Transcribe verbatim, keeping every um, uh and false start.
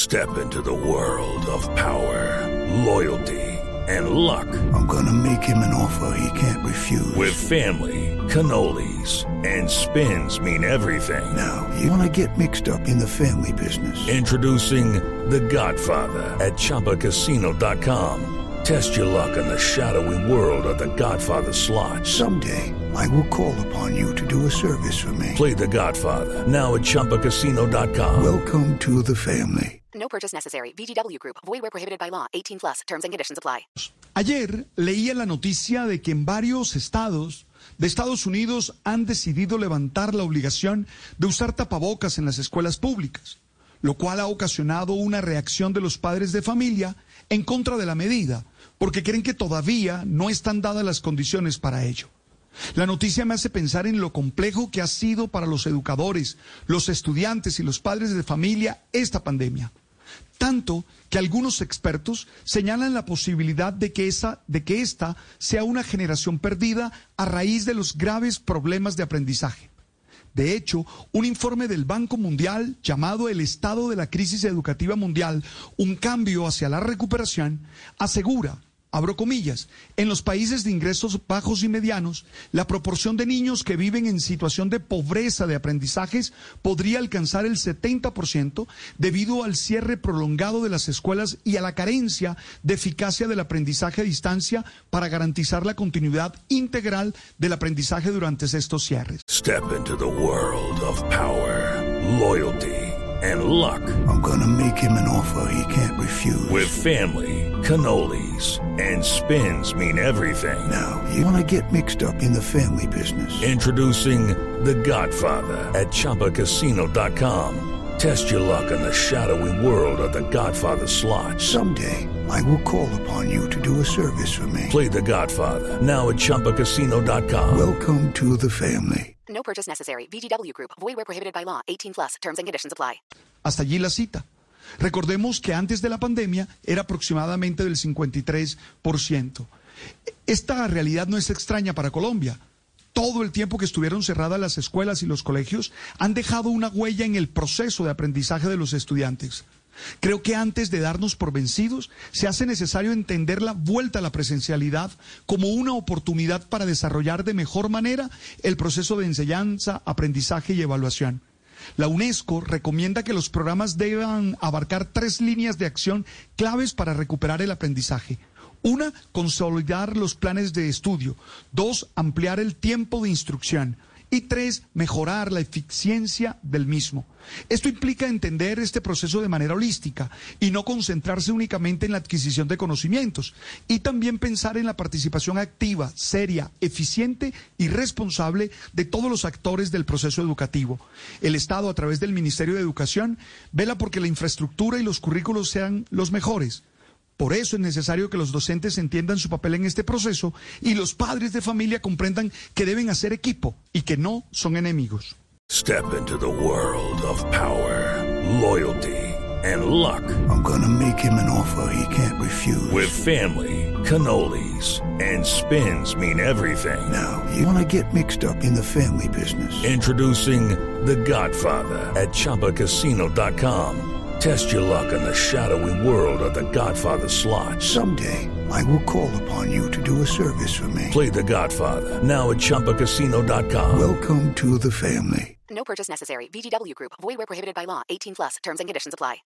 Step into the world of power, loyalty, and luck. I'm gonna make him an offer he can't refuse. With family, cannolis, and spins mean everything. Now, you wanna get mixed up in the family business. Introducing The Godfather at Chumba Casino dot com. Test your luck in the shadowy world of The Godfather slot. Someday, I will call upon you to do a service for me. Play The Godfather now at Chumba Casino dot com. Welcome to the family. No purchase necessary. V G W Group. Void where prohibited by law. eighteen plus. Terms and conditions apply. Ayer leía la noticia de que en varios estados de Estados Unidos han decidido levantar la obligación de usar tapabocas en las escuelas públicas, lo cual ha ocasionado una reacción de los padres de familia en contra de la medida, porque creen que todavía no están dadas las condiciones para ello. La noticia me hace pensar en lo complejo que ha sido para los educadores, los estudiantes y los padres de familia esta pandemia. Tanto que algunos expertos señalan la posibilidad de que, esa, de que esta sea una generación perdida a raíz de los graves problemas de aprendizaje. De hecho, un informe del Banco Mundial llamado El Estado de la Crisis Educativa Mundial, un cambio hacia la recuperación, asegura, abro comillas, en los países de ingresos bajos y medianos, la proporción de niños que viven en situación de pobreza de aprendizajes podría alcanzar el setenta por ciento debido al cierre prolongado de las escuelas y a la carencia de eficacia del aprendizaje a distancia para garantizar la continuidad integral del aprendizaje durante estos cierres. Step into the world of power, loyalty, and luck. I'm gonna make him an offer he can't refuse. With family, cannolis, and spins mean everything. Now, you wanna get mixed up in the family business. Introducing The Godfather at Chumba Casino dot com. Test your luck in the shadowy world of The Godfather slot. Someday, I will call upon you to do a service for me. Play The Godfather now at Chumba Casino dot com. Welcome to the family. No purchase necessary. V G W Group. Void where prohibited by law. eighteen plus. Terms and conditions apply. Hasta allí la cita. Recordemos que antes de la pandemia era aproximadamente del cincuenta y tres por ciento. Esta realidad no es extraña para Colombia. Todo el tiempo que estuvieron cerradas las escuelas y los colegios han dejado una huella en el proceso de aprendizaje de los estudiantes. Creo que antes de darnos por vencidos, se hace necesario entender la vuelta a la presencialidad como una oportunidad para desarrollar de mejor manera el proceso de enseñanza, aprendizaje y evaluación. La UNESCO recomienda que los programas deban abarcar tres líneas de acción claves para recuperar el aprendizaje. Una, consolidar los planes de estudio. Dos, ampliar el tiempo de instrucción. Y tres, mejorar la eficiencia del mismo. Esto implica entender este proceso de manera holística y no concentrarse únicamente en la adquisición de conocimientos, y también pensar en la participación activa, seria, eficiente y responsable de todos los actores del proceso educativo. El Estado, a través del Ministerio de Educación, vela porque la infraestructura y los currículos sean los mejores. Por eso es necesario que los docentes entiendan su papel en este proceso y los padres de familia comprendan que deben hacer equipo y que no son enemigos. Step into the world of power, loyalty, and luck. I'm gonna make him an offer he can't refuse. With family, cannolis, and spins mean everything. Now, you wanna get mixed up in the family business. Introducing The Godfather at Chumba Casino dot com. Test your luck in the shadowy world of The Godfather slot. Someday, I will call upon you to do a service for me. Play The Godfather now at Chumba Casino dot com. Welcome to the family. No purchase necessary. V G W Group. Void where prohibited by law. eighteen plus. Terms and conditions apply.